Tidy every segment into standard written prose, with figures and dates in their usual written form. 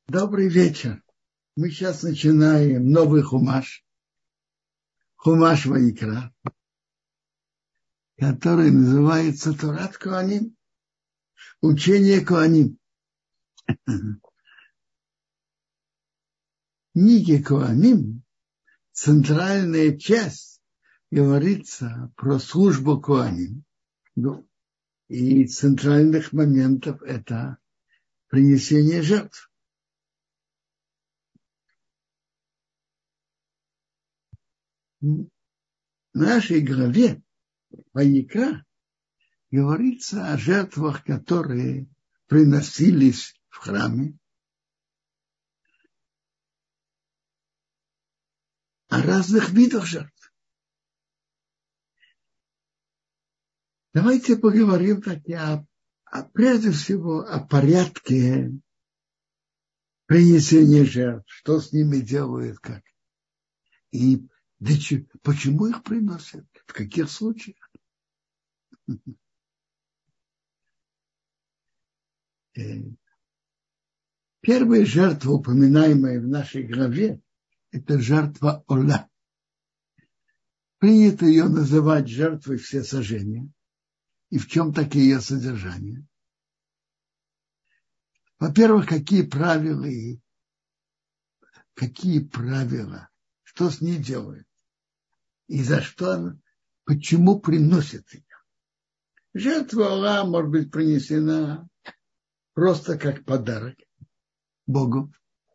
Добрый вечер. Мы сейчас начинаем новый хумаш, хумаш Ваикра, который называется Торат Коаним, учение Коаним. Книги Коаним, центральная часть, говорится про службу Коаним. И центральных моментов это принесение жертв. В нашей главе Ваикра говорится о жертвах, которые приносились в храме, о разных видах жертв. Давайте поговорим прежде всего о порядке принесения жертв, что с ними делают, как. И почему их приносят, в каких случаях. Первая жертва, упоминаемая в нашей главе, это жертва Ола. Принято ее называть жертвой всесожжения. И в чем такие ее содержания? Во-первых, какие правила, что с ней делают, и за что она, почему приносят ее. Жертва Ола может быть принесена просто как подарок Богу.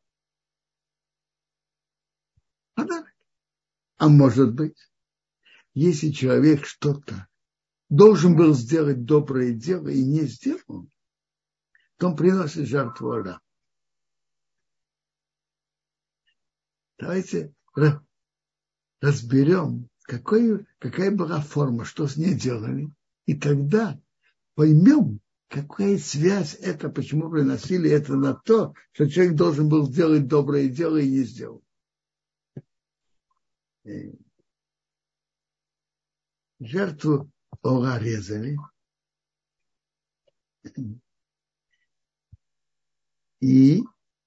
Подарок. А может быть, если человек что-то должен был сделать доброе дело и не сделал, то он приносит жертву Ола. Давайте разберем, какая была форма, что с ней делали, и тогда поймем, какая связь это, почему приносили это на то, что человек должен был сделать доброе дело и не сделал. Жертву Ола резали. И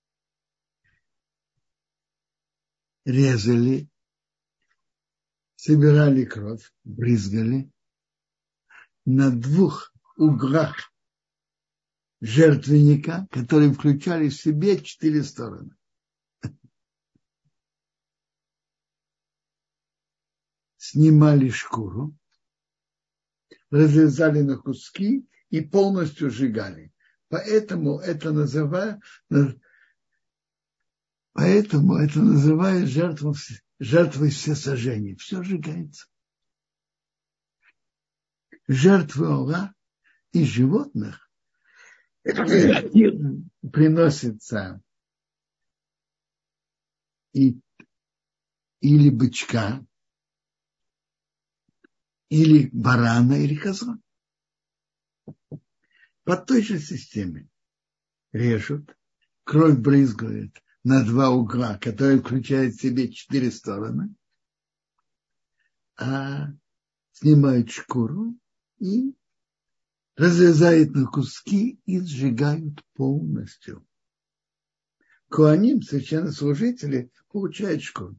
резали, собирали кровь, брызгали на двух углах жертвенника, которые включали в себе 4 стороны. Снимали шкуру, разрезали на куски и полностью сжигали. Поэтому это называют жертвой всесожжения. Все сжигается. Жертвы Ола и животных приносятся или бычка, или барана, или козла. По той же системе режут, кровь брызгает на 2 угла, которые включают в себе 4 стороны, а снимают шкуру и разрезают на куски и сжигают полностью. Коаним, священнослужители, получают шкуру.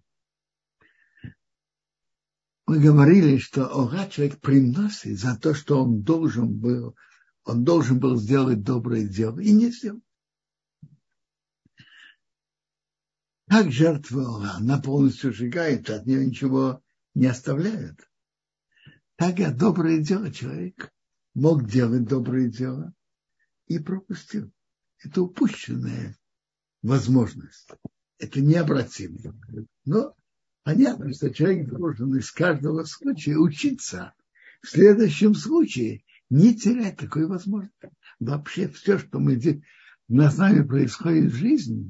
Мы говорили, что Ола человек приносит за то, что он должен был сделать доброе дело и не сделал. Как жертва Ола, она полностью сжигает, от нее ничего не оставляет. Так и доброе дело человек мог делать доброе дело и пропустил. Это упущенная возможность. Это необратимо. Но понятно, что человек должен из каждого случая учиться. В следующем случае не терять такой возможности. Вообще все, что с нами происходит в жизни,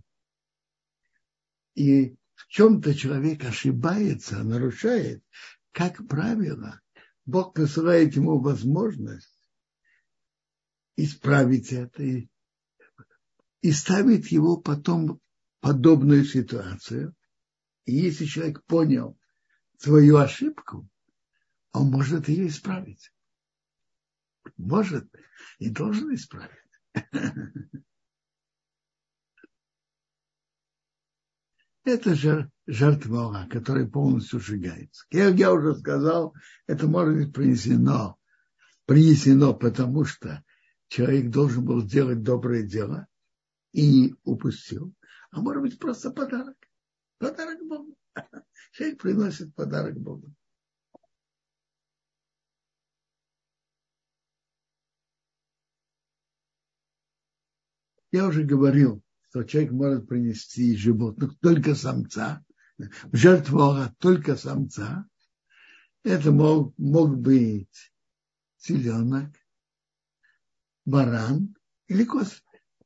и в чем-то человек ошибается, нарушает, как правило, Бог посылает ему возможность исправить это и ставит его потом в подобную ситуацию. И если человек понял свою ошибку, он может ее исправить. Может и должен исправить. Это же жертва, которая полностью сжигается. Я уже сказал, это может быть принесено, потому что человек должен был сделать доброе дело и упустил. А может быть просто подарок. Подарок Богу. Человек приносит подарок Богу. Я уже говорил, что человек может принести животных только самца, в жертву только самца. Это мог быть теленок, баран или коз.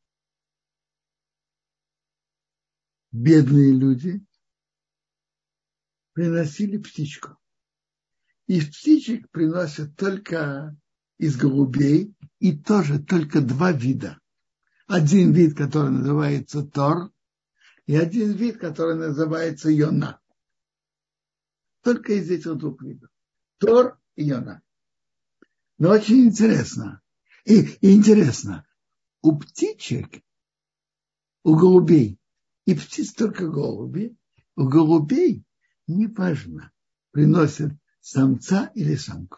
Бедные люди приносили птичку. Из птичек приносят только из голубей, и тоже только два вида. Один вид, который называется тор, и один вид, который называется йона. Только из этих двух видов. Тор и йона. Но очень интересно. И интересно, у птичек, у голубей, и птиц только голуби, у голубей неважно, приносят самца или самку.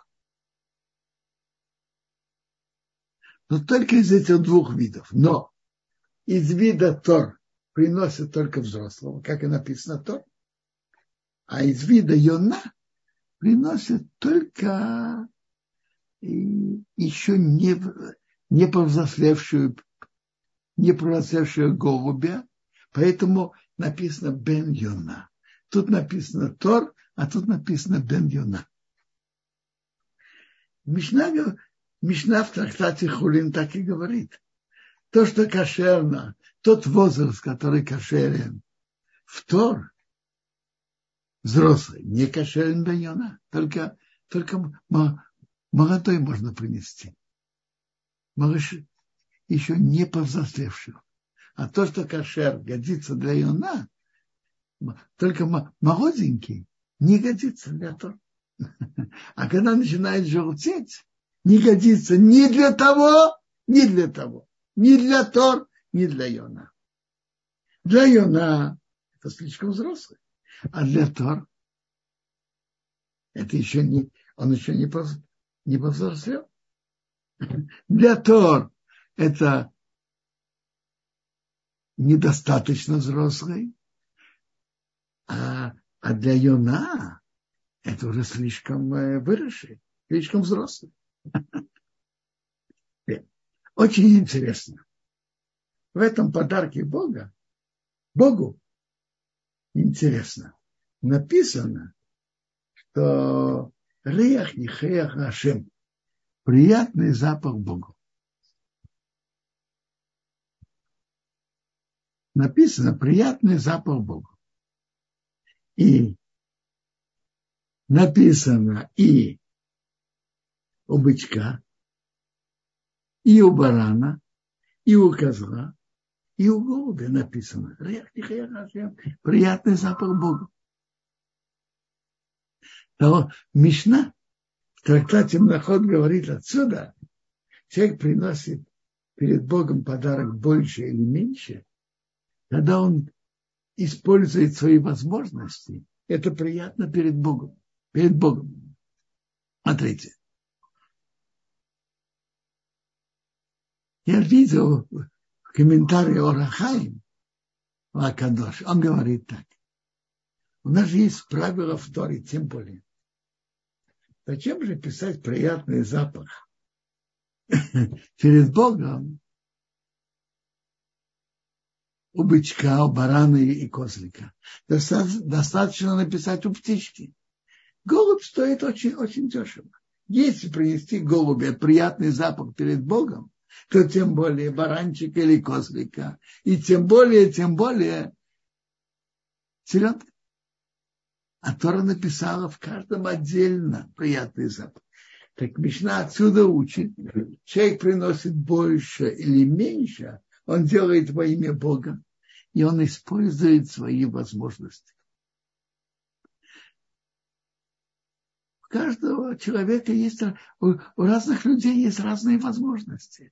Но только из этих двух видов. Но из вида тор приносят только взрослого, как и написано тор. А из вида йона приносят только еще не повзрослевшую голубя. Поэтому написано бен йона. Тут написано тор, а тут написано бен йона. Мишна в трактате Хулин так и говорит. То, что кошерно, тот возраст, который кошерен в тор, взрослый, не кошерен бен йона. Только молодой можно принести. Малыш еще не повзрослевший. А то, что кошер годится для йона, только молоденький не годится для тор. А когда начинает желтеть, не годится ни для того, ни для того. Ни для тор, ни для йона. Для йона это слишком взрослый. А для тор это еще не, он еще не повзрослел. Для тор это недостаточно взрослый. А для йона это уже слишком выросший, слишком взрослый. Очень интересно. В этом подарке Богу интересно, написано, что Риах и Хеях Ашем, приятный запах Богу. Написано приятный запах Богу. И написано и у бычка, и у барана, и у козла, и у голубя написано. Приятный запах Богу. Но Мишна в трактате Мнахот говорит отсюда, человек приносит перед Богом подарок больше или меньше, когда он использует свои возможности, это приятно перед Богом. Перед Богом. Смотрите. Я видел в комментарии Ор ха-Хаим Акадош, он говорит так. У нас же есть правила в Торе, тем более. Зачем же писать приятный запах перед Богом у бычка, у барана и козлика? Достаточно написать у птички. Голубь стоит очень, очень дешево. Если принести голубя приятный запах перед Богом, то тем более баранчика или козлика. И тем более селедка. А Тора написала в каждом отдельно приятный запах. Так Мишна отсюда учит. Человек приносит больше или меньше, он делает во имя Бога, и он использует свои возможности. У каждого человека есть, у разных людей есть разные возможности.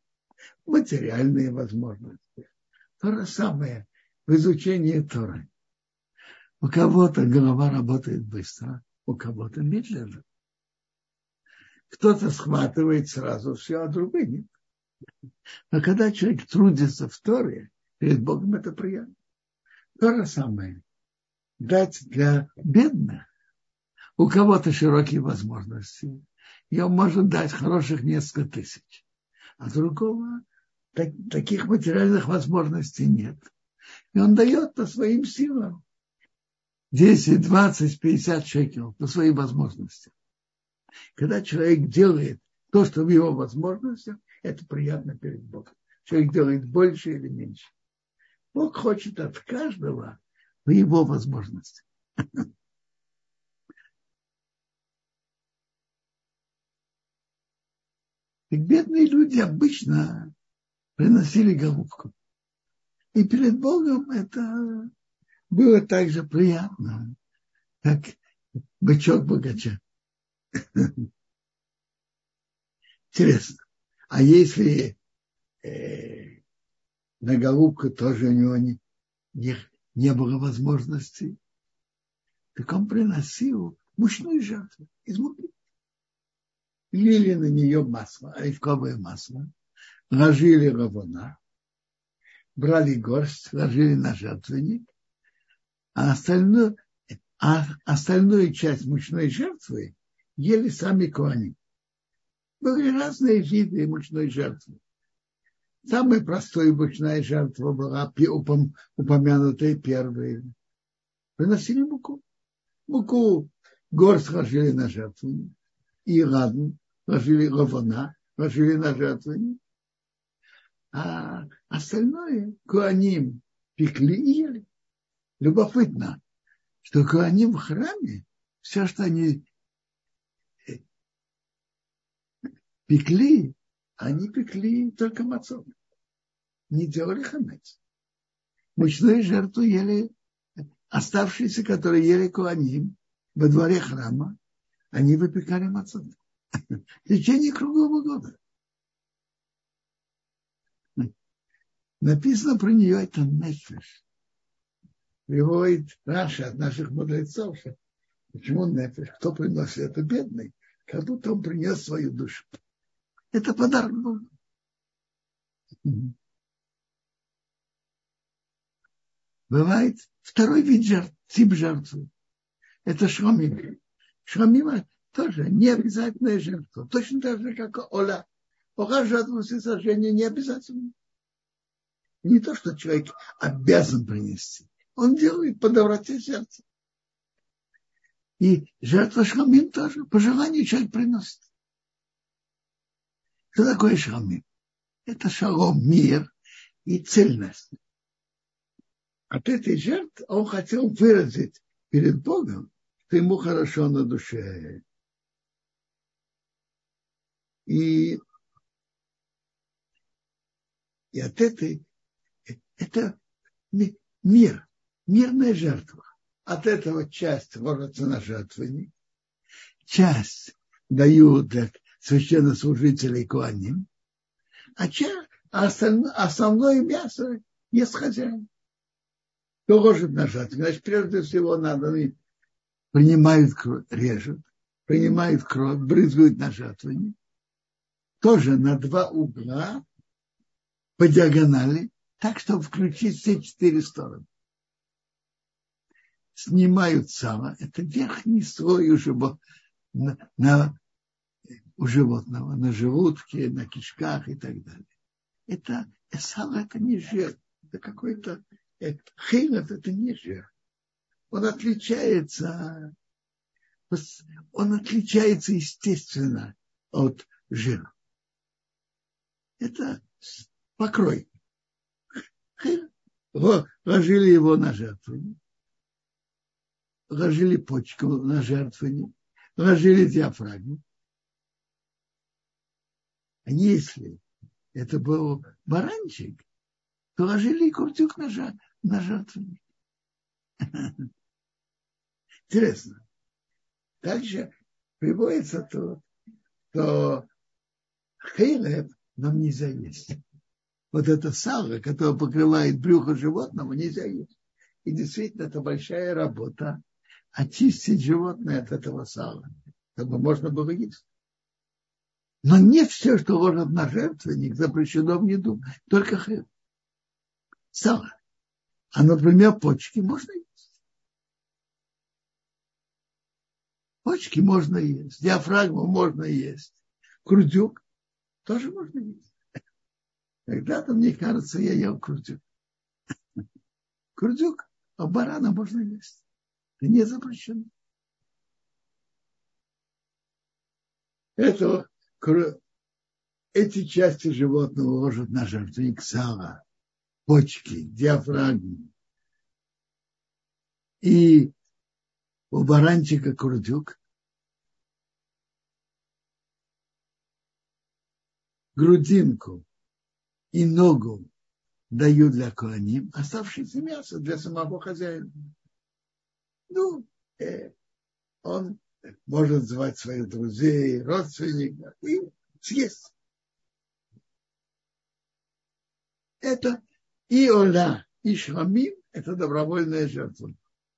Материальные возможности. То же самое в изучении Торы. У кого-то голова работает быстро, у кого-то медленно. Кто-то схватывает сразу все, а другой нет. Но когда человек трудится в Торе, перед Богом это приятно. То же самое. Дать для бедных. У кого-то широкие возможности. И он может дать хороших несколько тысяч. А другого таких материальных возможностей нет. И он дает по своим силам 10, 20, 50 шекелов по своим возможностям. Когда человек делает то, что в его возможностях, это приятно перед Богом. Человек делает больше или меньше. Бог хочет от каждого по его возможности. И бедные люди обычно приносили голубку. И перед Богом это было так же приятно, как бычок богача. Интересно. А если на голубку тоже у него не было возможности, так он приносил мучную жертву из муки. Лили на нее масло, оливковое масло, ложили равона, брали горсть, ложили на жертвенник, а остальную часть мучной жертвы ели сами коани. Были разные виды мучной жертвы. Самая простая мучная жертва была упомянутая первой. Приносили муку. Муку горсть ложили на жертвенник. И ладно, ложили равона, ложили на жертвенник. А остальное коаним пекли и ели. Любопытно, что коаним в храме, все, что они пекли, они пекли только мацот. Не делали хамец. Мучную жертву ели оставшиеся, которые ели коаним во дворе храма, они выпекали мацот. В течение круглого года. Написано про нее это нефеш. Приводит Раша от наших мудрецов. Почему нефеш? Кто приносит это бедный? Как будто он принес свою душу. Это подарок Богу. Бывает второй вид жертв, тип жертвы. Это шрамим. Шрамим тоже не обязательная жертва. Точно так же, как ола. Ола жертву всесожжения не обязательно. Не то, что человек обязан принести. Он делает по доброте сердца. И жертва шрамим тоже. По желанию человек приносит. Что такое шрамим? Это шалом, мир и цельность. От этой жертвы он хотел выразить перед Богом, что ему хорошо на душе. И от этой, это мир, мирная жертва. От этого часть ложится на жертвенник, часть дают для священнослужителей коаним, а основное мясо ест хозяин. Кто ложит на жертвенник? Значит, прежде всего надо, принимают кровь, режут, принимают кровь, брызгают на жертвенник. Тоже на два угла по диагонали, так, чтобы включить все 4 стороны. Снимают сало, это верхний слой у животного, на желудке, на кишках и так далее. Это сало, это не жир, это какой-то хейлов, это не жир. Он отличается естественно от жира. Это покрой. Ложили его на жертвенник, ложили почку на жертвенник, ложили диафрагму. А если это был баранчик, то ложили куртюк на жертвенник. Интересно. Дальше приводится то, что хейлев нам нельзя есть. Вот это сало, которое покрывает брюхо животного, нельзя есть. И действительно, это большая работа очистить животное от этого сала, чтобы можно было есть. Но не все, что ложат на жертвенник, запрещено в еду, только хлеб, сало. А, например, почки можно есть. Почки можно есть, диафрагму можно есть, курдюк тоже можно есть. Когда-то, мне кажется, я ел курдюк. Курдюк, а барана можно есть. Это не запрещено. Эти части животного ложат на жертвенник: сало, почки, диафрагму. И у баранчика курдюк, грудинку и ногу дают для коаним, оставшееся мясо для самого хозяина. Он может звать своих друзей, родственников и съесть. Это и оля, и шрамим – это добровольная жертва.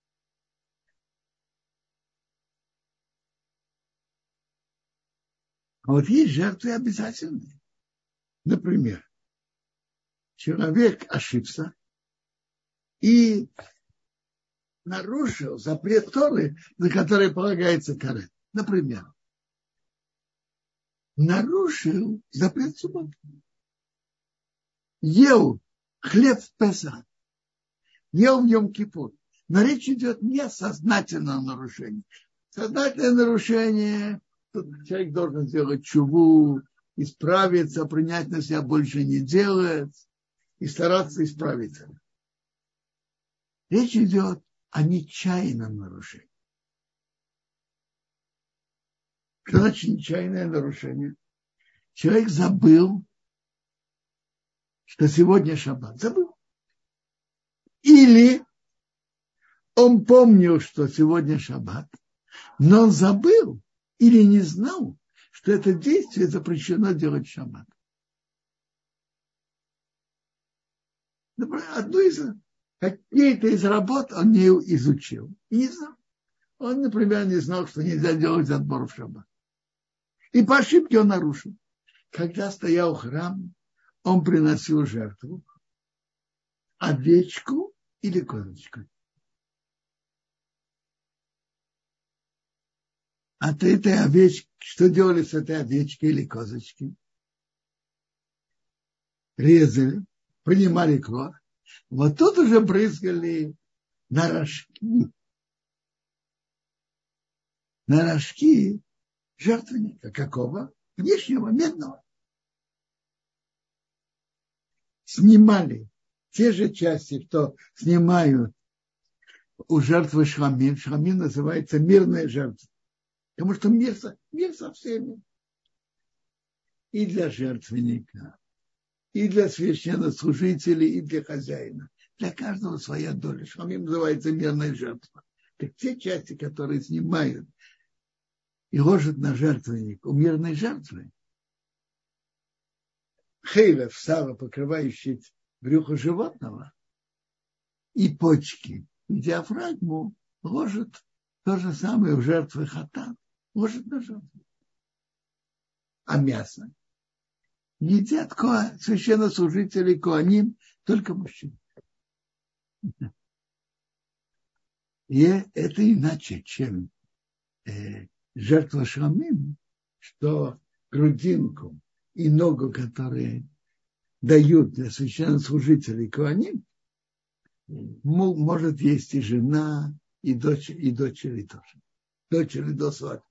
А вот есть жертвы обязательные. Например, человек ошибся и нарушил запрет Торы, на который полагается карет. Например, нарушил запрет субботы. Ел хлеб в Песах, ел в Йом-Кипур. Но речь идет не о сознательном нарушении. Сознательное нарушение, человек должен сделать чуву, исправиться, принять на себя больше не делать и стараться исправить это. Речь идет о нечаянном нарушении. Что значит нечаянное нарушение? Человек забыл, что сегодня шаббат. Забыл. Или он помнил, что сегодня шаббат, но он забыл или не знал, что это действие запрещено делать в шаббат. Например, какие-то из работ он не изучил и не знал. Он, например, не знал, что нельзя делать отбор в шаббат. И по ошибке он нарушил. Когда стоял храм, он приносил жертву, овечку или козочку. От этой овечки, что делали с этой овечкой или козочкой? Резали, принимали кровь. Вот тут уже брызгали на рожки. На рожки жертвенника. Какого? Внешнего, медного. Снимали те же части, что снимают у жертвы шламим. Шламим называется мирная жертва. Потому что мир со всеми. И для жертвенника, и для священнослужителей, и для хозяина. Для каждого своя доля. Шламим называется мирная жертва. Так те части, которые снимают и ложат на жертвенник у мирной жертвы, хейлев, сало, покрывающий брюхо животного, и почки, и диафрагму ложат то же самое в жертвы хатан, ложат на жертву. А мясо едят священнослужители коаним, только мужчины. И это иначе, чем жертва шламим, что грудинку и ногу, которые дают для священнослужителей коаним, может есть и жена, и дочери тоже. Дочери до свадьбы.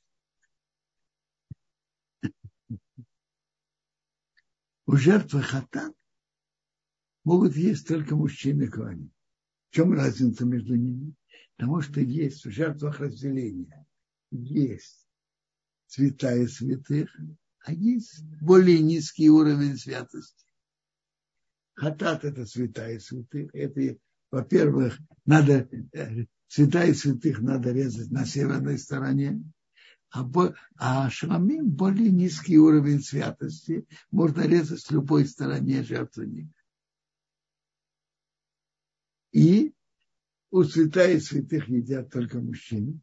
У жертвы хатан могут есть только мужчины коаним. В чем разница между ними? Потому что есть в жертвах разделения. Есть святая святых, а есть более низкий уровень святости. Хатат – это святая святых. Это, во-первых, святая святых надо резать на северной стороне, а шламим – более низкий уровень святости. Можно резать с любой стороны жертвенника. И у святая святых едят только мужчины,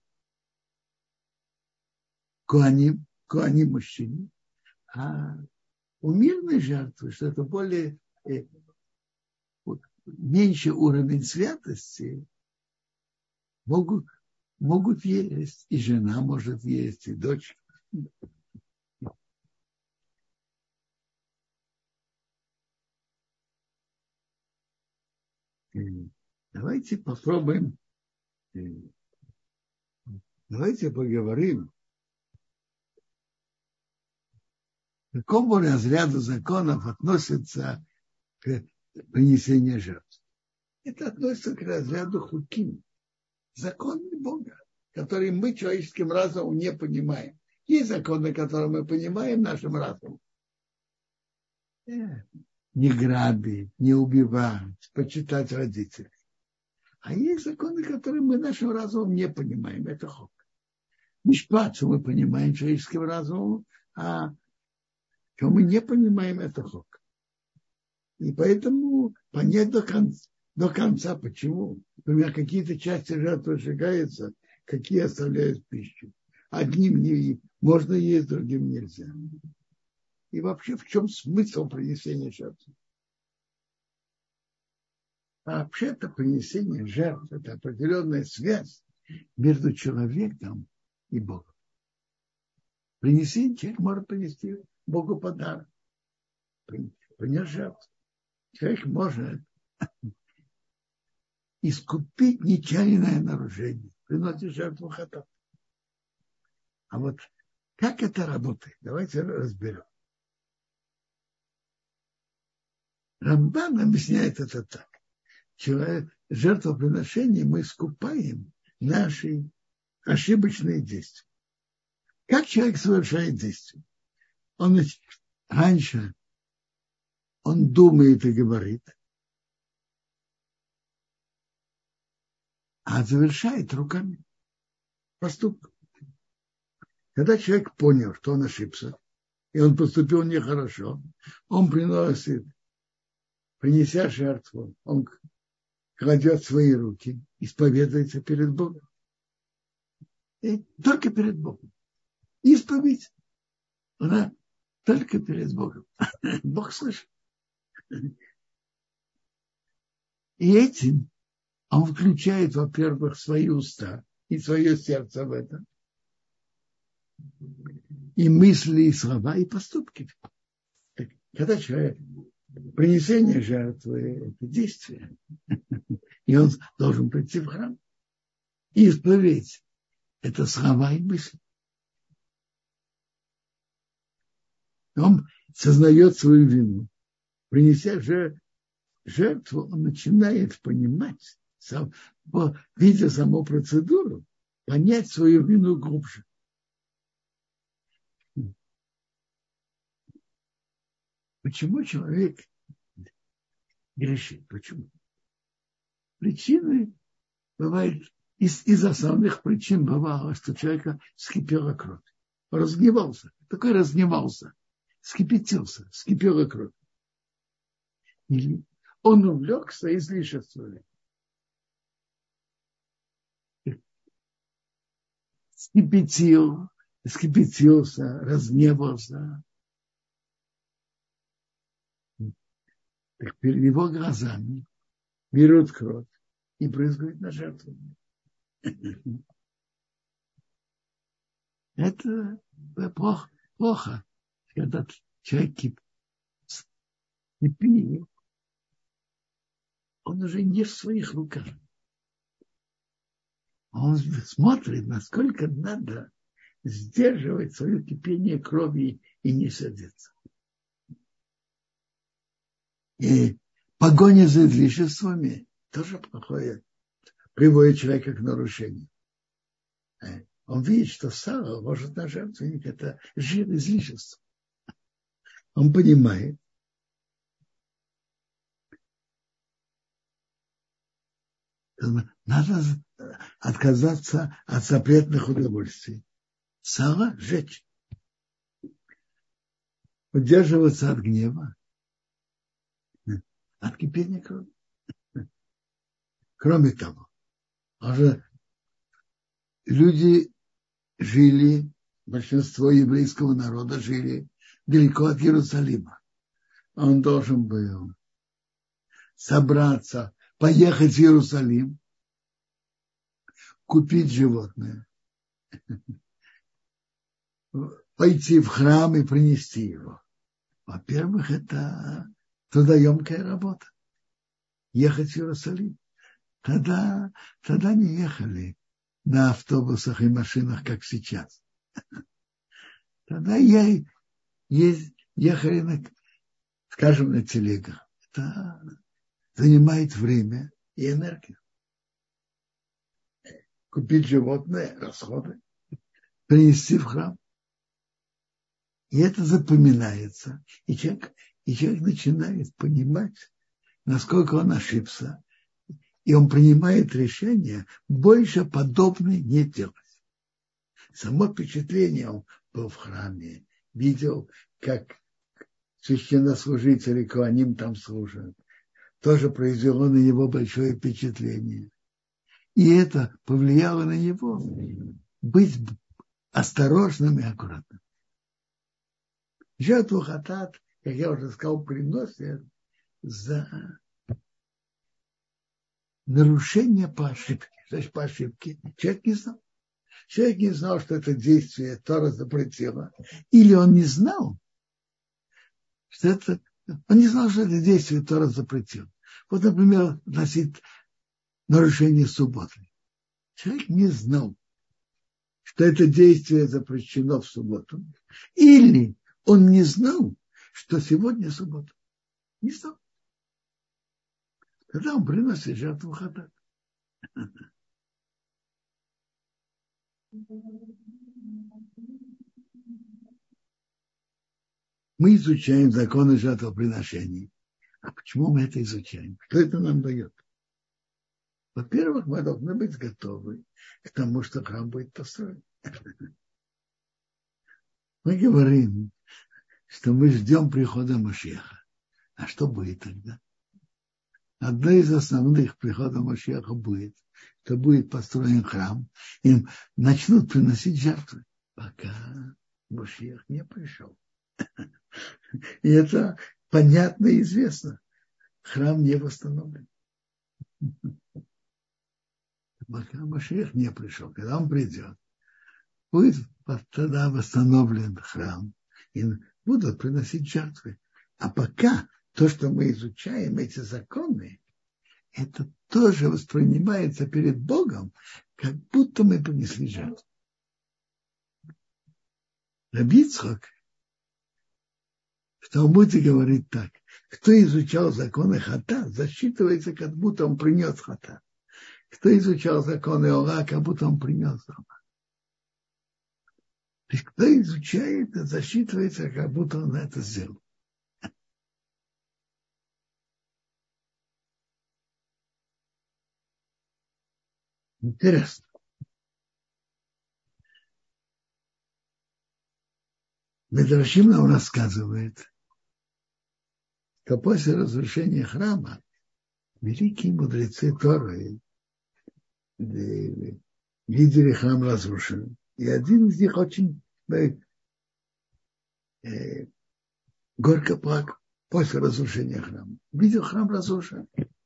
коаним мужчины, а у мирной жертвы, что это более меньше уровень святости, могут есть, и жена может есть, и дочь. Давайте попробуем, давайте поговорим, к какому разряду законов относится к принесению жертв. Это относится к разряду хуким, законы Бога, которые мы человеческим разумом не понимаем. Есть законы, которые мы понимаем нашим разумом. Не грабить, не убивать, почитать родителей. А есть законы, которые мы нашим разумом не понимаем. Это хок. Мишпат, что мы понимаем человеческим разумом, а что мы не понимаем, это хок. И поэтому понять до конца, почему. Например, какие-то части жертвы сжигаются, какие оставляют пищу. Одним можно есть, другим нельзя. И вообще, в чем смысл принесения жертвы? А вообще-то принесение жертв – это определенная связь между человеком и Богом. Человек может принести Богу подарок, принес жертву. Человек может искупить нечаянное нарушение, приносит жертву хатат. А вот как это работает? Давайте разберем. Рамбан объясняет это так. Жертвоприношение мы искупаем наши ошибочные действия. Как человек совершает действия? Раньше он думает и говорит, а завершает руками поступок. Когда человек понял, что он ошибся, и он поступил нехорошо, он принеся жертву, он кладет свои руки, исповедуется перед Богом. И только перед Богом. Исповедь, она только перед Богом. Бог слышит. И этим он включает, во-первых, свои уста и свое сердце в это, и мысли, и слова, и поступки. Когда человек принесение жертвы – это действие, и он должен прийти в храм. И исповедь – это слова и мысли. Он сознает свою вину. Принеся жертву, он начинает понимать, видя саму процедуру, понять свою вину глубже. Почему человек грешит? Почему? Причины бывают, из основных причин бывало, что человека вскипела кровь. Он разгневался. Такой разгневался. Вскипела кровь. Или он увлекся излишествами. Вскипятился, разгневался. Так перед его глазами берут кровь и брызгают на жертву. Это плохо, когда человек кипит, он уже не в своих руках. Он смотрит, насколько надо сдерживать свое кипение крови и не сердиться. И погоня за излишествами тоже плохое, приводит человека к нарушению. Он видит, что сало может на жертвенник, это жир излишества. Он понимает, надо отказаться от запретных удовольствий. Сало сжечь. Удерживаться от гнева, от кипения крови. Кроме того, А же люди жили, большинство еврейского народа жили далеко от Иерусалима. Он должен был собраться, поехать в Иерусалим, купить животное, пойти в храм и принести его. Во-первых, это трудоемкая работа. Ехать в Иерусалим. Тогда не ехали на автобусах и машинах, как сейчас. Тогда ехали, скажем, на телегах. Это занимает время и энергию. Купить животное, расходы, принести в храм. И это запоминается. И человек начинает понимать, насколько он ошибся. И он принимает решение больше подобное не делать. Само впечатление, он был в храме, видел, как священнослужители коаним там служат, тоже произвело на него большое впечатление. И это повлияло на него быть осторожным и аккуратным. Жертву хатат, как я уже сказал, приносят за нарушение по ошибке. Значит, по ошибке человек не знал. Человек не знал, что это действие Тора запретила. Или он не знал, что это действие Тора запретил. Вот, например, носить нарушение субботы. Человек не знал, что это действие запрещено в субботу. Или он не знал, что сегодня суббота. Не знал. Тогда он приносит жертву хатат. Мы изучаем законы жертвоприношений. А почему мы это изучаем? Что это нам дает? Во-первых, мы должны быть готовы к тому, что храм будет построен. Мы говорим, что мы ждем прихода Машиаха. А что будет тогда? Одно из основных приходов Машиаха будет, что будет построен храм, и начнут приносить жертвы, пока Машиах не пришел. И это понятно и известно. Храм не восстановлен. Пока Машиах не пришел. Когда он придет, будет тогда восстановлен храм. И будут приносить жертвы. А пока то, что мы изучаем, эти законы, это тоже воспринимается перед Богом, как будто мы принесли жертву. Раби Ицхак в Талмуде говорит так: кто изучал законы хата, засчитывается, как будто он принес хата. Кто изучал законы Ора, как будто он принес Ора. То есть кто изучает, засчитывается, как будто он это сделал. Интересно. Медрашим нам рассказывает, что после разрушения храма великие мудрецы Торы видели храм разрушен. И один из них очень горько плакал после разрушения храма. Видел храм разрушен.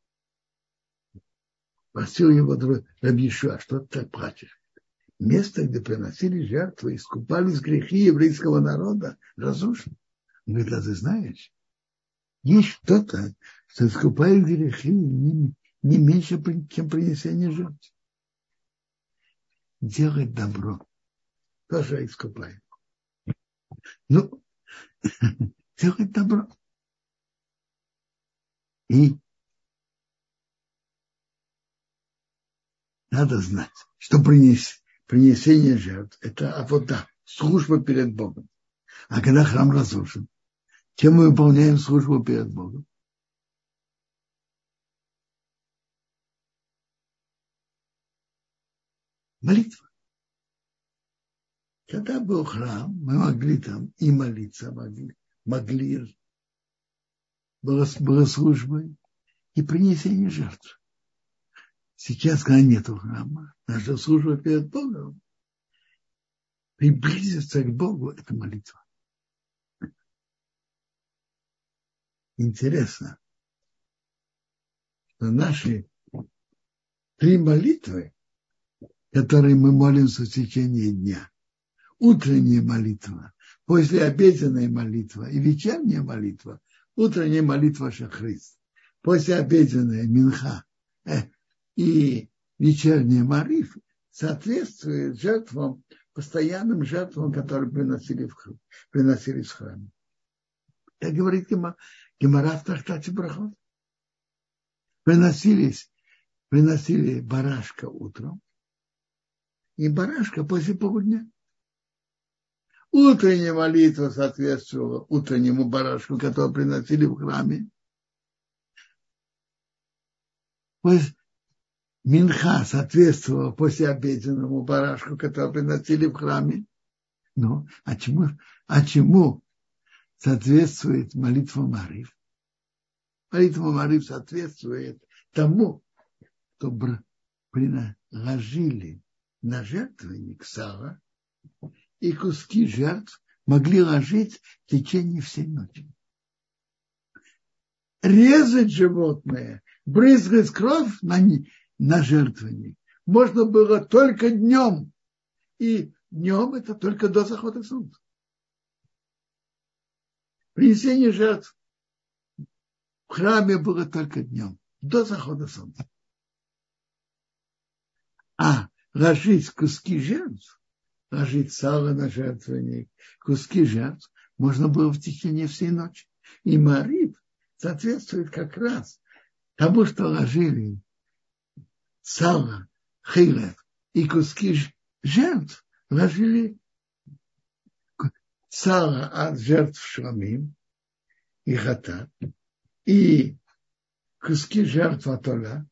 Спросил его Раби Йешуа: что ты так плачешь? Место, где приносили жертвы, искупались грехи еврейского народа, разрушено. Он говорит: а ты знаешь, есть что-то, что искупает грехи не меньше, чем принесение жертв. Делать добро тоже искупает. Ну, делать добро. И надо знать, что принесение жертв – это авода, служба перед Богом. А когда храм разрушен, чем мы выполняем службу перед Богом? Молитва. Когда был храм, мы могли там и молиться, могли было службой и принесение жертв. Сейчас, когда нету храма, наша служба перед Богом, приблизиться к Богу – это молитва. Интересно, что наши 3 молитвы, которые мы молимся в течение дня, утренняя молитва, послеобеденная молитва и вечерняя молитва, утренняя молитва шахрис, послеобеденная минха и вечерняя мариф соответствует жертвам, постоянным жертвам, которые приносились в храме. Как говорит Гемара в трактате Брахот. Приносили барашка утром и барашка после полудня. Утренняя молитва соответствовала утреннему барашку, который приносили в храме. Минха соответствовала послеобеденному барашку, который приносили в храме. Ну, а чему соответствует молитва Марив? Молитва Марив соответствует тому, что ложили на жертвенник сала, и куски жертв могли ложить в течение всей ночи. Резать животное, брызгать кровь на жертвенник можно было только днем. И днем это только до захода солнца. Принесение жертв в храме было только днем, до захода солнца. А ложить куски жертв, ложить сало на жертвенник, куски жертв можно было в течение всей ночи. И Марив соответствует как раз тому, что ложили сало, хилев и куски жертв, ложили сало от жертв шламим и хатат, и куски жертв от оля,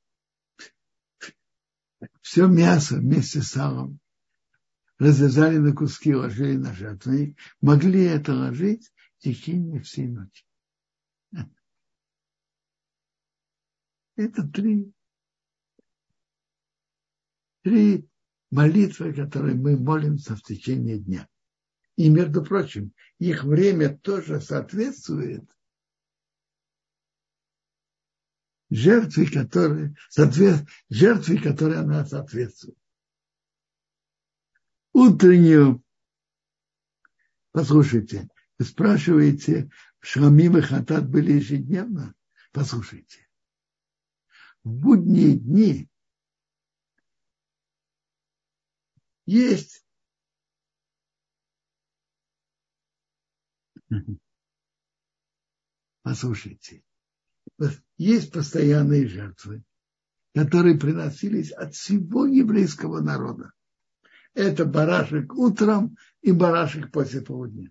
все мясо вместе с салом разрезали на куски, ложили на жертвенник, могли это ложить в течение всей ночи. Это три молитвы, которые мы молимся в течение дня. И, между прочим, их время тоже соответствует жертве, которой она соответствует. Утреннюю, послушайте, вы спрашиваете, шламим и хатат были ежедневно? Послушайте, в будние дни есть постоянные жертвы, которые приносились от всего еврейского народа. Это барашек утром и барашек после полудня.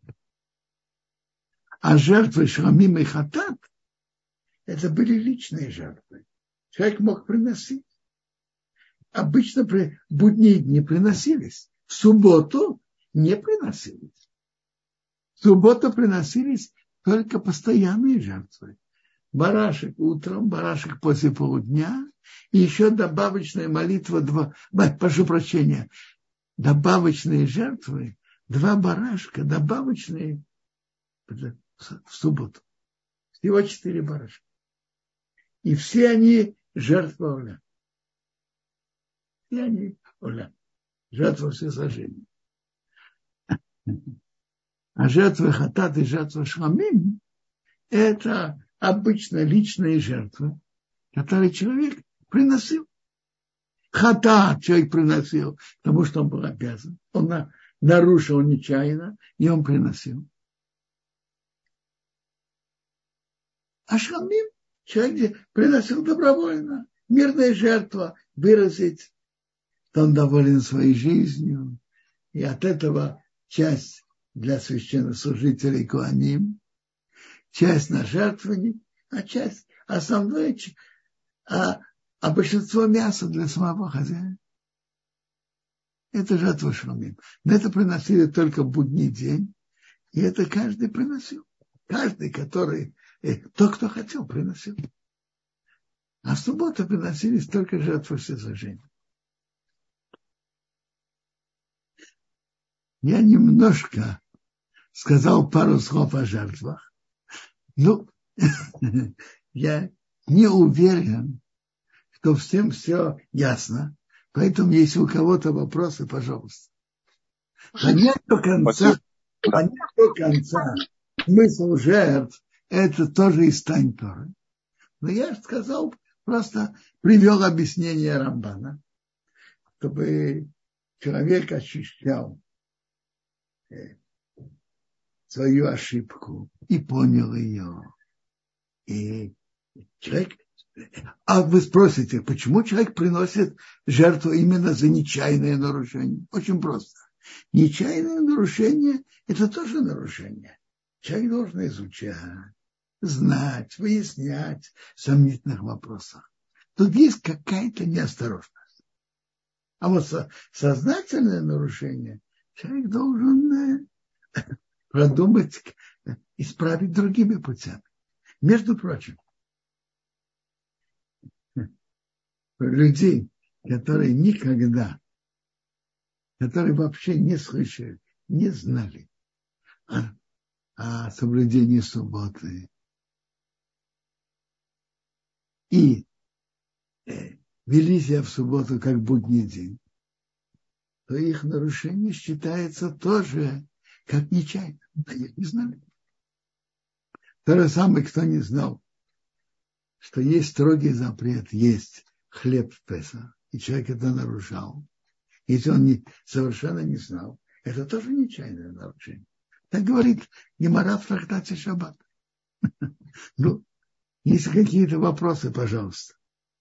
А жертвы шламим и хатат это были личные жертвы. Человек мог приносить. Обычно в будние дни приносились. В субботу не приносились. В субботу приносились только постоянные жертвы. Барашек утром, барашек после полудня, и еще добавочная молитва, добавочные жертвы, 2 барашка, добавочные в субботу. Всего 4 барашка. И все они жертва оля. Все они оля. Жертва всесожжения. А жертва хатат и жертва шламим это обычно личные жертвы, которые человек приносил. Хатат человек приносил, потому что он был обязан. Он нарушил нечаянно, и он приносил. А шламим человек приносил добровольно. Мирная жертва, выразить, что он доволен своей жизнью. И от этого часть для священнослужителей коаним, часть на жертвенник, а часть основная, а большинство мяса для самого хозяина. Это жертва шламим. Но это приносили только в будний день, и это каждый приносил. Каждый, который, тот, кто хотел, приносил. А в субботу приносились только жертвы всесожжения. Я немножко сказал пару слов о жертвах. Ну, я не уверен, что всем все ясно. Поэтому, если у кого-то вопросы, пожалуйста. Понять до конца смысл жертв, это тоже из Тань Торы. Но я же сказал, просто привел объяснение Рамбана, чтобы человек ощущал свою ошибку и понял ее. И человек... А вы спросите, почему человек приносит жертву именно за нечаянное нарушение? Очень просто. Нечаянное нарушение – это тоже нарушение. Человек должен изучать, знать, выяснять в сомнительных вопросах. Тут есть какая-то неосторожность. А вот сознательное нарушение человек должен продумать, исправить другими путями. Между прочим, людей, которые никогда, которые вообще не слышали, не знали о соблюдении субботы и вели себя в субботу как будний день, то их нарушение считается тоже как нечаянно. Они не знали. То же самое, кто не знал, что есть строгий запрет есть хлеб в Песах, и человек это нарушал. Если он совершенно не знал, это тоже нечаянное нарушение. Так говорит Гемара в трактате Шаббат. Ну, если какие-то вопросы, пожалуйста.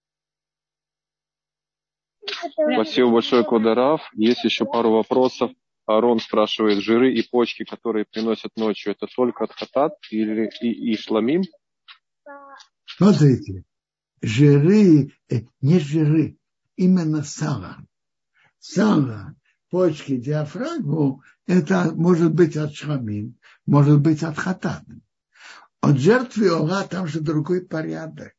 Спасибо большое, Квадарав. Есть еще пару вопросов. Арон спрашивает, жиры и почки, которые приносят ночью, это только от хатат или и шламим? Смотрите, жиры, не жиры, именно сало. Сало, почки, диафрагму, это может быть от шламим, может быть от хатат. От жертвы ола там же другой порядок.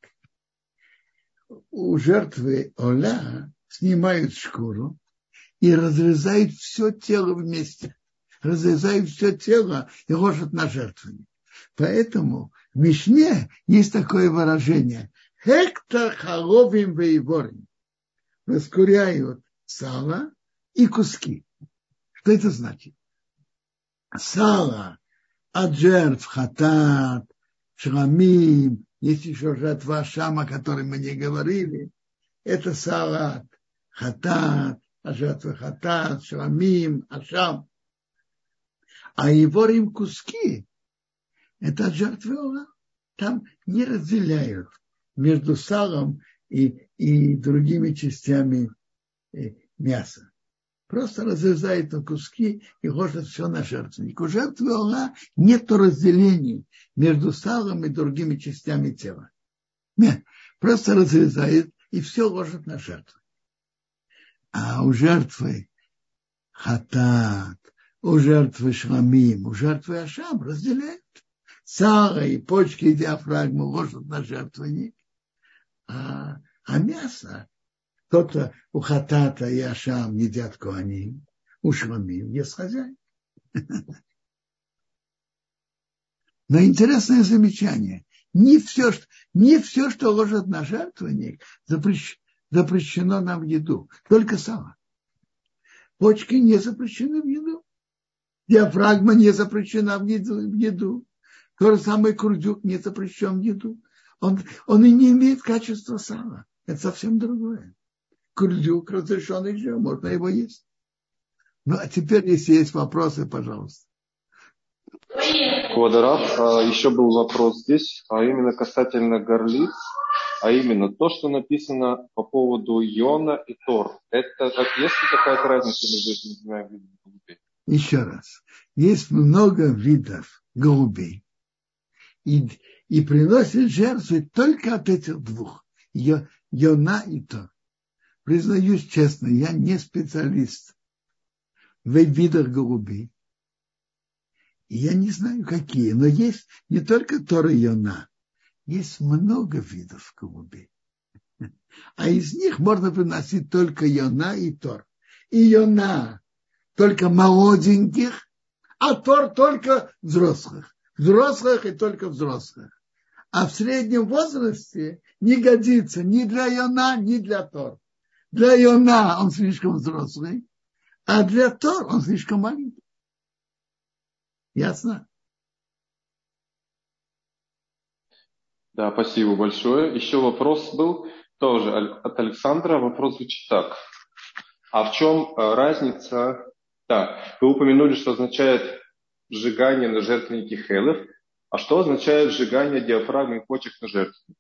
У жертвы ола снимают шкуру и разрезают все тело вместе. Разрезают все тело и ложат на жертвенник. Поэтому в Мишне есть такое выражение. Хектар халовим вейворим. Раскуряют сало и куски. Что это значит? Сало от жертв хатат, шламим, есть еще жертва ашам, о которой мы не говорили. Это сало хатат, жертва хатат, шламим, ашам. А еворим куски, это от жертвы ола. Там не разделяют между салом и другими частями мяса. Просто разрезают на куски и ложат все на жертвенник. У жертвы ола нет разделений между салом и другими частями тела. Нет. Просто разрезает и все ложат на жертву. А у жертвы хатат, у жертвы шламим, у жертвы ашам разделяют. Сало и почки и диафрагму ложат на жертвенник. А мясо кто-то у хатата и ашам едят коаним, у шламим ест хозяин. Но интересное замечание. Не все, что ложат на жертвенник, запрещено нам в еду. Только сало. Почки не запрещены в еду. Диафрагма не запрещена в еду. То же самое курдюк не запрещен в еду. Он и не имеет качества сала. Это совсем другое. Курдюк разрешен еще, можно его есть. Ну, а теперь, если есть вопросы, пожалуйста. Квадарав, еще был вопрос здесь, а именно касательно горлиц, а именно то, что написано по поводу Йона и Тор. Это есть ли какая-то разница между этими двумя видами голубей? Еще раз. Есть много видов голубей. И приносят жертвы только от этих двух. Йона и Тор. Признаюсь честно, я не специалист в видах голубей. И я не знаю, какие, но есть не только Тор и Йона, есть много видов голубей. А из них можно приносить только Йона и Тор. И Йона только молоденьких, а Тор только взрослых. Взрослых и только взрослых. А в среднем возрасте не годится ни для Йона, ни для Тор. Для Йона он слишком взрослый, а для Тор он слишком маленький. Ясно? Да, спасибо большое. Еще вопрос был тоже от Александра. Вопрос звучит так. А в чем разница? Да, вы упомянули, что означает сжигание на жертвеннике хелев. А что означает сжигание диафрагмы и почек на жертвеннике?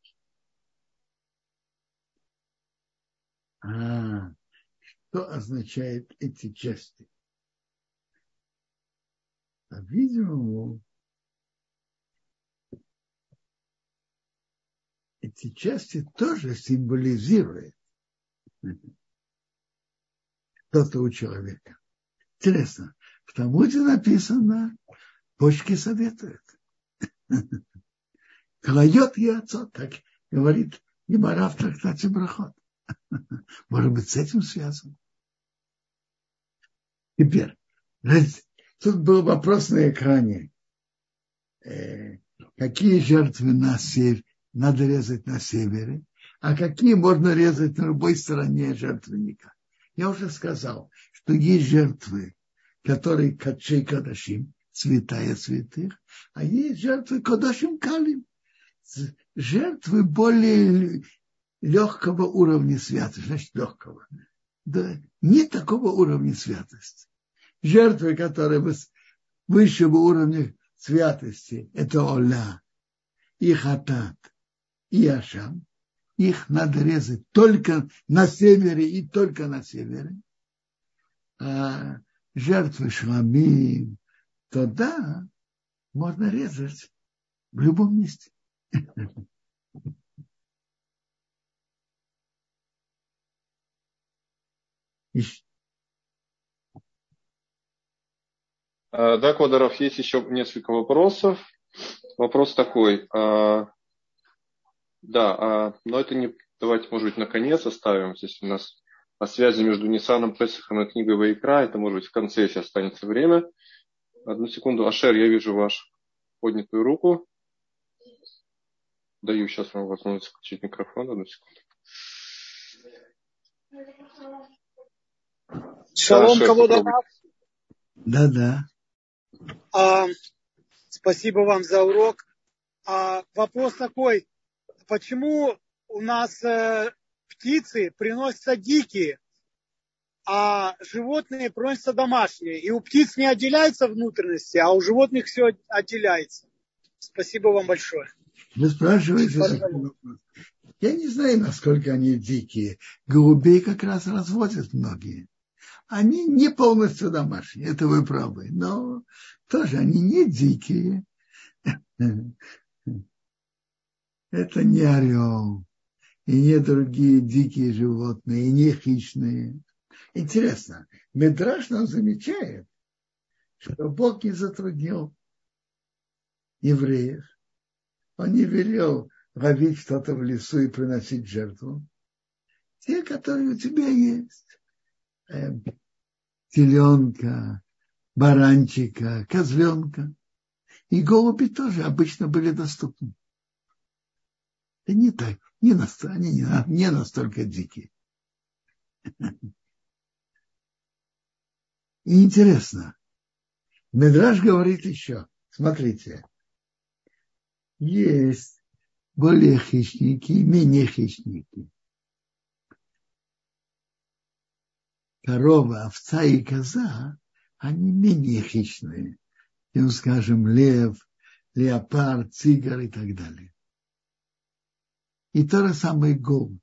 Что означает эти части? По-видимому, эти части тоже символизируют что-то у человека. Интересно, в Талмуде написано, почки советуют. Клает и отцо, так говорит Гемара в трактате Брахот. Может быть, с этим связано. Теперь, тут был вопрос на экране. Какие жертвы надо резать на севере, а какие можно резать на любой стороне жертвенника. Я уже сказал, что есть жертвы, которые кадшей кадашим, святая святых, а есть жертвы кадашим калим, жертвы более легкого уровня святости, значит легкого. Да, не такого уровня святости. Жертвы, которые высшего уровня святости, это Оля, и Хатат, и Ашам. Их надо резать только на севере и только на севере. А жертвы Шламим, то да, можно резать в любом месте. Да, Квадаров, есть еще несколько вопросов. Вопрос такой. Да, но это не... Давайте, может быть, наконец оставим. Здесь у нас о связи между Ниссаном, Песахом и книгой Ваикра. Это, может быть, в конце, если останется время. Одну секунду. Ашер, я вижу вашу поднятую руку. Даю сейчас вам возможность включить микрофон. Одну секунду. Шалом, да, кого Да. Спасибо вам за урок. Вопрос такой. Почему у нас птицы приносятся дикие, а животные приносятся домашние? И у птиц не отделяются внутренности, а у животных все отделяется. Спасибо вам большое. Вы спрашиваете такой вопрос. Я не знаю, насколько они дикие. Голубей как раз разводят многие. Они не полностью домашние, это вы правы. Но тоже они не дикие. Это не орел, и не другие дикие животные, и не хищные. Интересно, Мидраш нам замечает, что Бог не затруднил евреев. Он не велел ловить что-то в лесу и приносить жертву. Те, которые у тебя есть. Теленка, баранчика, козленка. И голуби тоже обычно были доступны. Это не так, они не настолько дикие. И интересно, Мидраш говорит еще, смотрите, есть более хищники и менее хищники. Корова, овца и коза, они менее хищные, чем, скажем, лев, леопард, тигр и так далее. И то же самое голубь.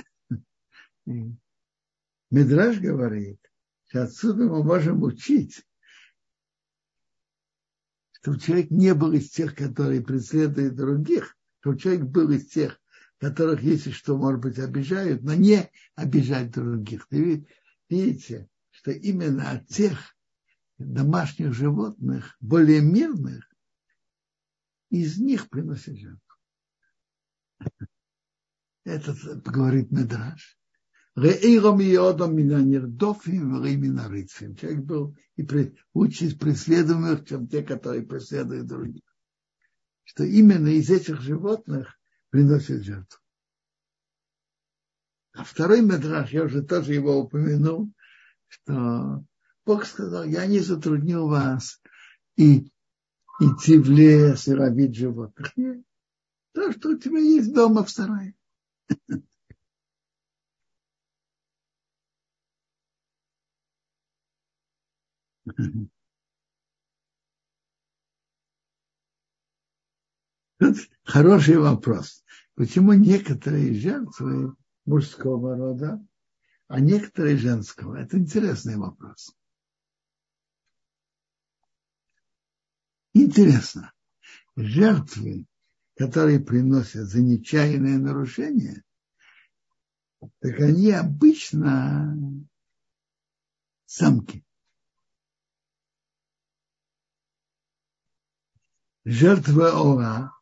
Мидраш говорит, что отсюда мы можем учить, чтобы человек не был из тех, которые преследуют других, чтобы человек был из тех, которых, если что, может быть, обижают, но не обижать других. Вы видите, что именно от тех домашних животных, более мирных, из них приносят жертву. этот говорит Медраш. Человек был и лучше из преследуемых, чем те, которые преследуют других. Что именно из этих животных приносят жертву. А второй Медраш, я уже тоже его упомянул, что Бог сказал, я не затрудню вас и идти в лес и ловить животных. Нет. То, что у тебя есть дома в сарае. Тут хороший вопрос. Почему некоторые жертвы мужского рода, а некоторые женского? Это интересный вопрос. Интересно. Жертвы, которые приносят за нечаянное нарушение, так они обычно самки. Жертва ора,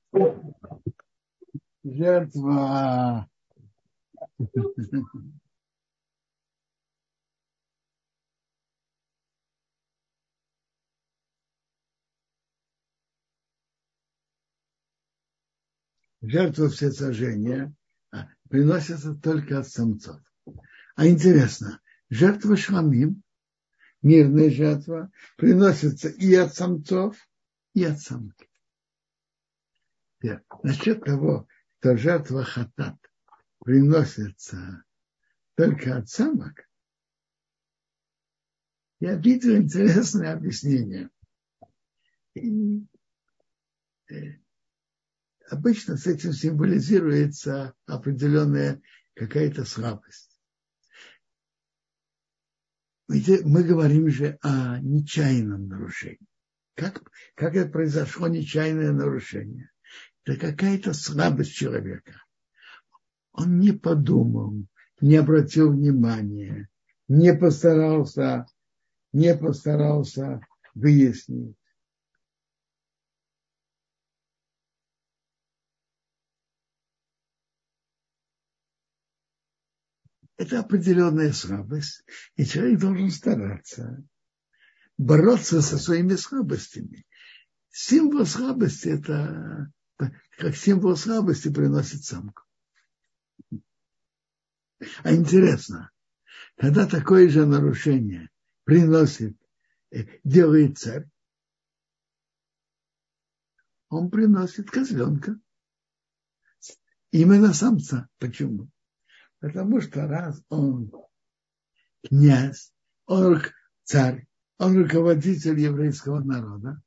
жертва всесожжения приносится только от самцов. А интересно, жертва шламим, мирная жертва, приносится и от самцов, и от самки. Насчет того, что жертва хатат приносится только от самок, я видел интересное объяснение. И, обычно с этим символизируется определенная какая-то слабость. Мы говорим же о нечаянном нарушении. Как это произошло нечаянное нарушение? Это какая-то слабость человека. Он не подумал, не обратил внимания, не постарался выяснить. Это определенная слабость, и человек должен стараться бороться со своими слабостями. Символ слабости – это как символ слабости приносит самку. А интересно, когда такое же нарушение делает царь, он приносит козленка. Именно самца. Почему? Потому что раз он князь, он царь, он руководитель еврейского народа,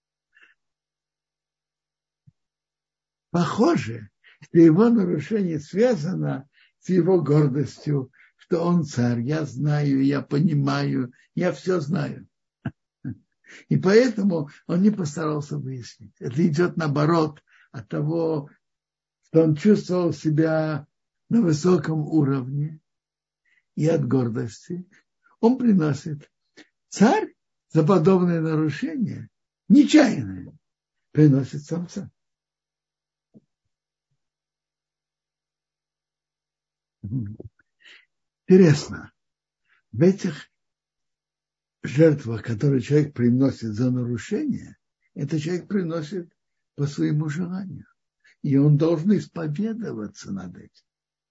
похоже, что его нарушение связано с его гордостью, что он царь, я знаю, я понимаю, я все знаю. И поэтому он не постарался выяснить. Это идет наоборот от того, что он чувствовал себя на высоком уровне и от гордости. Он приносит. Царь за подобное нарушение, нечаянное, приносит самца. Интересно, в этих жертвах, которые человек приносит за нарушение, это человек приносит по своему желанию. И он должен исповедоваться над этим.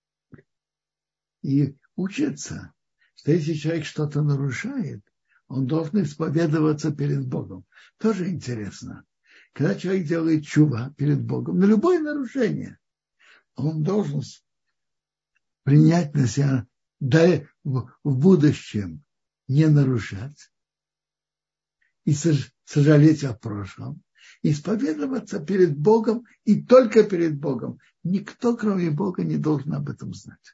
И учиться, что если человек что-то нарушает, он должен исповедоваться перед Богом. Тоже интересно. Когда человек делает чува перед Богом, на любое нарушение, он должен принять на себя, да в будущем не нарушать и сожалеть о прошлом, исповедоваться перед Богом и только перед Богом. Никто, кроме Бога, не должен об этом знать.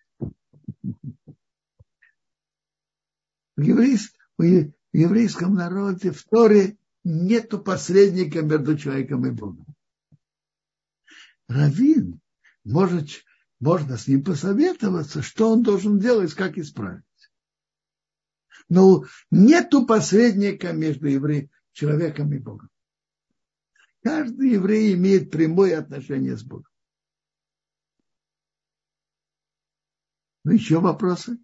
В еврейском народе, в Торе, нету посредника между человеком и Богом. Раввин можно с ним посоветоваться, что он должен делать, как исправить. Но нету посредника между человеком и Богом. Каждый еврей имеет прямое отношение с Богом. Ну, еще вопросы?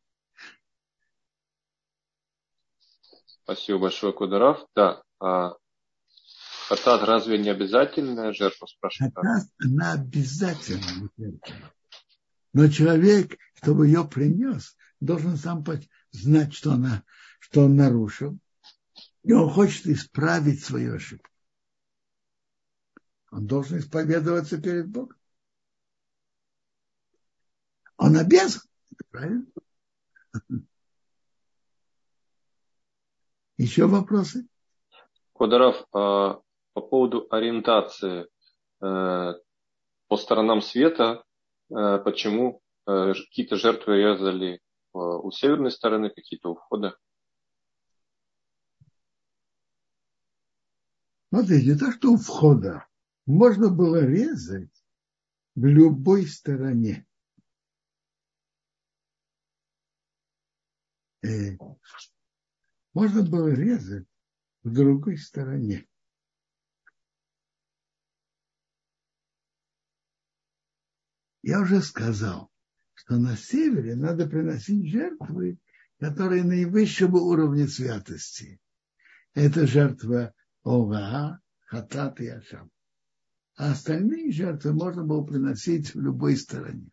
Спасибо большое, Кударав. Да. Хатат разве не обязательная жертва, спрашивает? Хатат, она обязательная жертва. Но человек, чтобы ее принес, должен сам знать, что он нарушил. И он хочет исправить свою ошибку. Он должен исповедоваться перед Богом. Он обязан. Это правильно? Еще вопросы? Кударав, по поводу ориентации по сторонам света, почему какие-то жертвы резали у северной стороны, какие-то у входа? Смотрите, не то, что у входа. Можно было резать в любой стороне. Можно было резать в другой стороне. Я уже сказал, что на севере надо приносить жертвы, которые наивысшего уровня святости. Это жертва Ова, Хатат и Ашам. А остальные жертвы можно было приносить в любой стороне.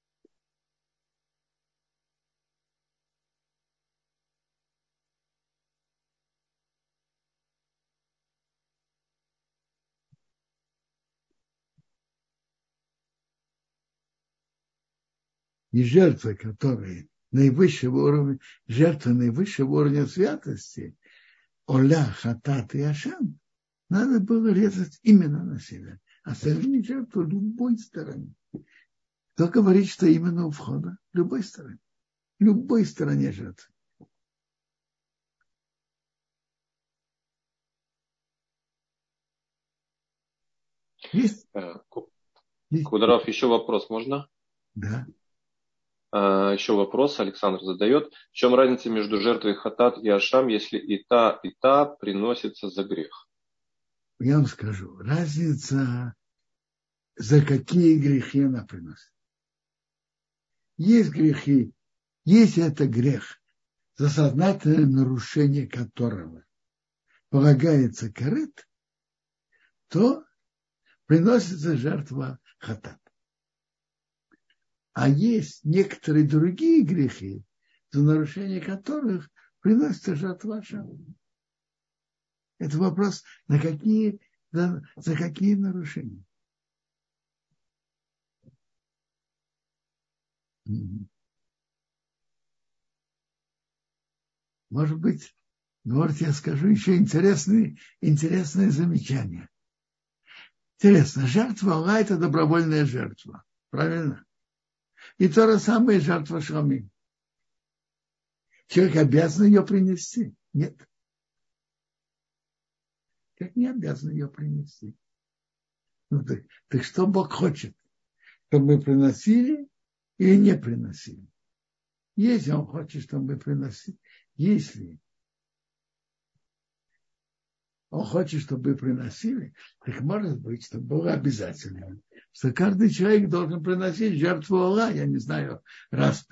И жертвы, которые жертвы наивысшего уровня святости, Оля, Хатат и Ашам, надо было резать именно на север. Остальные жертвы в любой стороне. Кто говорит, что именно у входа? В любой стороне. В любой стороне жертвы. Есть? Кударав, еще вопрос можно? Да. Еще вопрос Александр задает. В чем разница между жертвой Хатат и Ашам, если и та приносится за грех? Я вам скажу. Разница, за какие грехи она приносит. Есть грехи, если это грех, за сознательное нарушение которого полагается карет, то приносится жертва хатат. А есть некоторые другие грехи, за нарушение которых приносится жертва Ашам. Это вопрос, за какие нарушения. Может быть, я скажу еще интересное замечание. Интересно, жертва Алла – это добровольная жертва. Правильно? И то же самое жертва Шламим. Человек обязан ее принести? Нет. Человек не обязан ее принести. Так что Бог хочет? Чтобы мы приносили или не приносили? Если Он хочет, чтобы мы приносили, если Он хочет, чтобы мы приносили, так может быть, что было обязательно, что каждый человек должен приносить жертву Алла, я не знаю, раз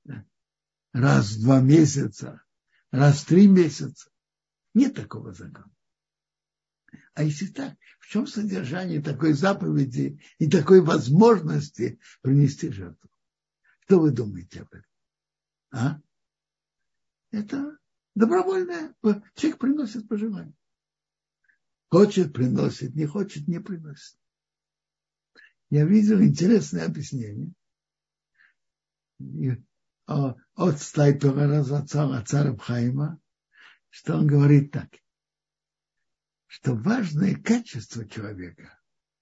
в 2 месяца, раз в 3 месяца. Нет такого закона. А если так, в чем содержание такой заповеди и такой возможности принести жертву? Что вы думаете об этом? Это добровольное. Человек приносит по желанию. Хочет, приносит, не хочет, не приносит. Я видел интересное объяснение от Стайпера Разацара царя Бхайма, что он говорит так, что важное качество человека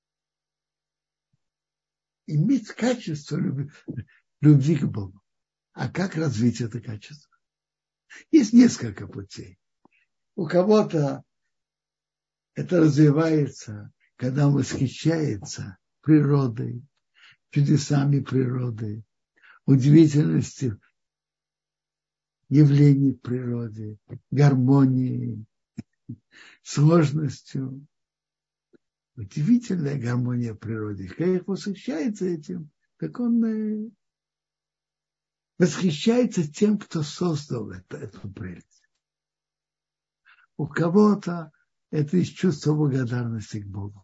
иметь качество любви к Богу. А как развить это качество? Есть несколько путей. У кого-то это развивается, когда он восхищается природой, чудесами природы, удивительностью явлений в природе, гармонией, сложностью. Удивительная гармония в природе. Когда их восхищается этим, так он восхищается тем, кто создал эту прелесть. У кого-то это из чувства благодарности к Богу.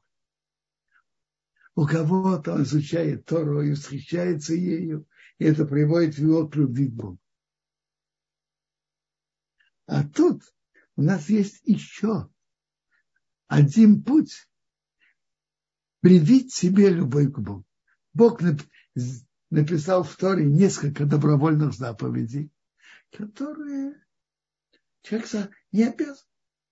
У кого-то он изучает Тору и восхищается ею, и это приводит его к любви к Богу. А тут у нас есть еще один путь привить себе любовь к Богу. Бог написал в Торе несколько добровольных заповедей, которые человек не обязан.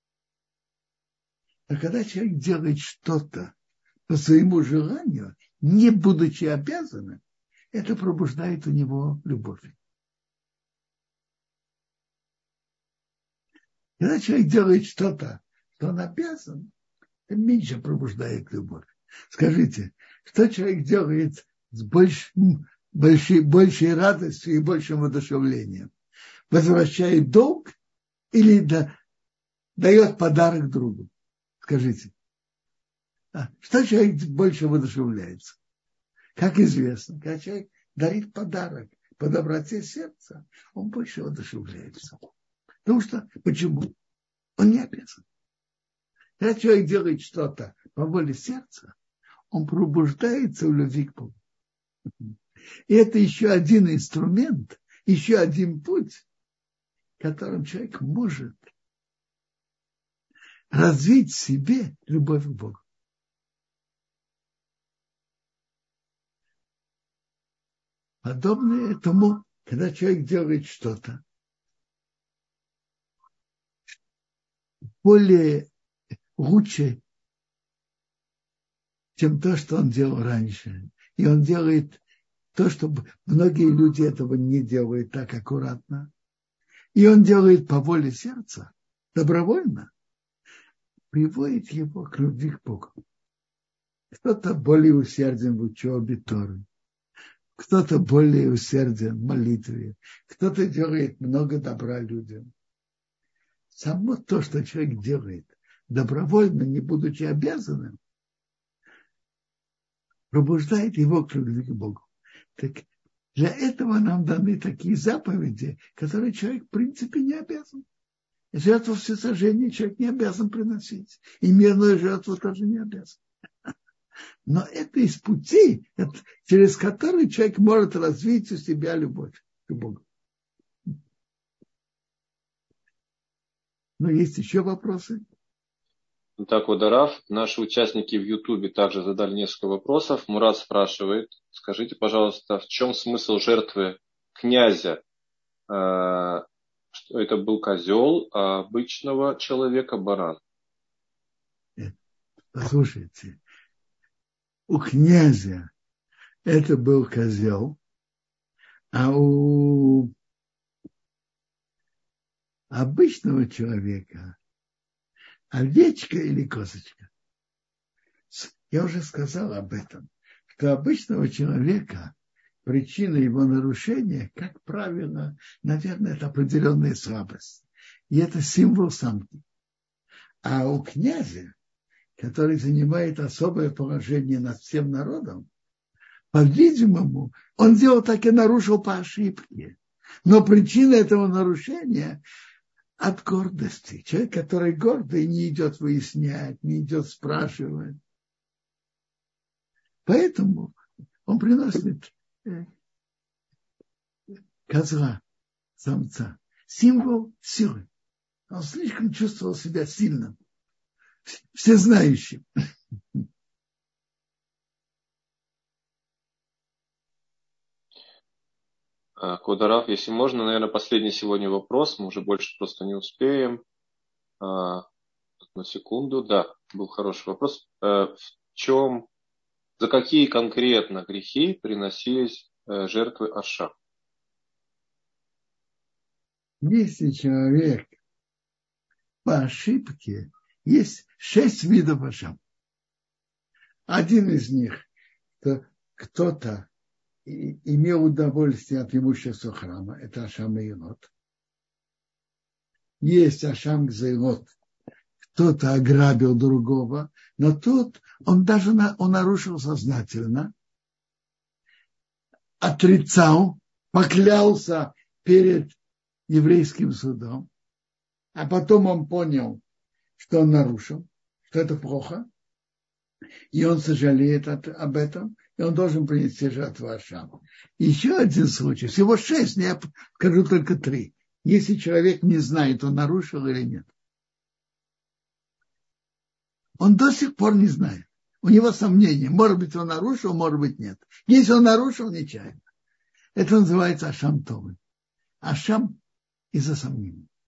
А когда человек делает что-то по своему желанию, не будучи обязанным, это пробуждает у него любовь. Когда человек делает что-то, что он обязан, это меньше пробуждает любовь. Скажите, что человек делает с большей радостью и большим воодушевлением? Возвращает долг или дает подарок другу? Скажите. Что человек больше воодушевляется? Как известно, когда человек дарит подарок по доброте сердца, он больше воодушевляется. Потому что, почему? Он не обязан. Когда человек делает что-то по воле сердца, он пробуждается в любви к Богу. И это еще один инструмент, еще один путь, которым человек может развить в себе любовь к Богу. Подобно этому, когда человек делает что-то более лучше, чем то, что он делал раньше. И он делает то, что многие люди этого не делают так аккуратно. И он делает по воле сердца, добровольно, приводит его к любви к Богу. Кто-то более усерден в учебе Торы, кто-то более усерден в молитве, кто-то делает много добра людям. Само то, что человек делает добровольно, не будучи обязанным, пробуждает его к любви к Богу. Так для этого нам даны такие заповеди, которые человек в принципе не обязан. Жертву всесожжения человек не обязан приносить. И мирную жертву тоже не обязан. Но это из пути, через который человек может развить у себя любовь к Богу. Но есть еще вопросы? Так, Рав, наши участники в Ютубе также задали несколько вопросов. Мурат спрашивает, скажите, пожалуйста, в чем смысл жертвы князя? Что это был козел, а обычного человека баран? Послушайте, у князя это был козел, а у обычного человека овечка или козочка. Я уже сказал об этом, что обычного человека причина его нарушения, как правило, наверное, это определенная слабость. И это символ самки. А у князя, который занимает особое положение над всем народом, по-видимому, он делал так и нарушил по ошибке. Но причина этого нарушения от гордости. Человек, который гордый, не идет выяснять, не идет спрашивать. Поэтому он приносит козла, самца, символ силы. Он слишком чувствовал себя сильным, всезнающим. Кударав, если можно, наверное, последний сегодня вопрос. Мы уже больше просто не успеем. На секунду. Да, был хороший вопрос. За какие конкретно грехи приносились жертвы Аша? Если человек по ошибке, есть 6 видов Ашам. Один из них, кто-то имел удовольствие от имущества храма, это Ашам и Елот. Есть Ашам Гзейлот, кто-то ограбил другого, но тут он даже он нарушил сознательно, отрицал поклялся перед еврейским судом, а потом он понял, что он нарушил, что это плохо, и он сожалеет об этом, и он должен принести жертву Ашаму. Еще один случай, всего 6, но я скажу только 3. Если человек не знает, он нарушил или нет. Он до сих пор не знает. У него сомнения. Может быть, он нарушил, может быть, нет. Если он нарушил, нечаянно. Это называется Ашам Товы. Ашам из-за сомнений.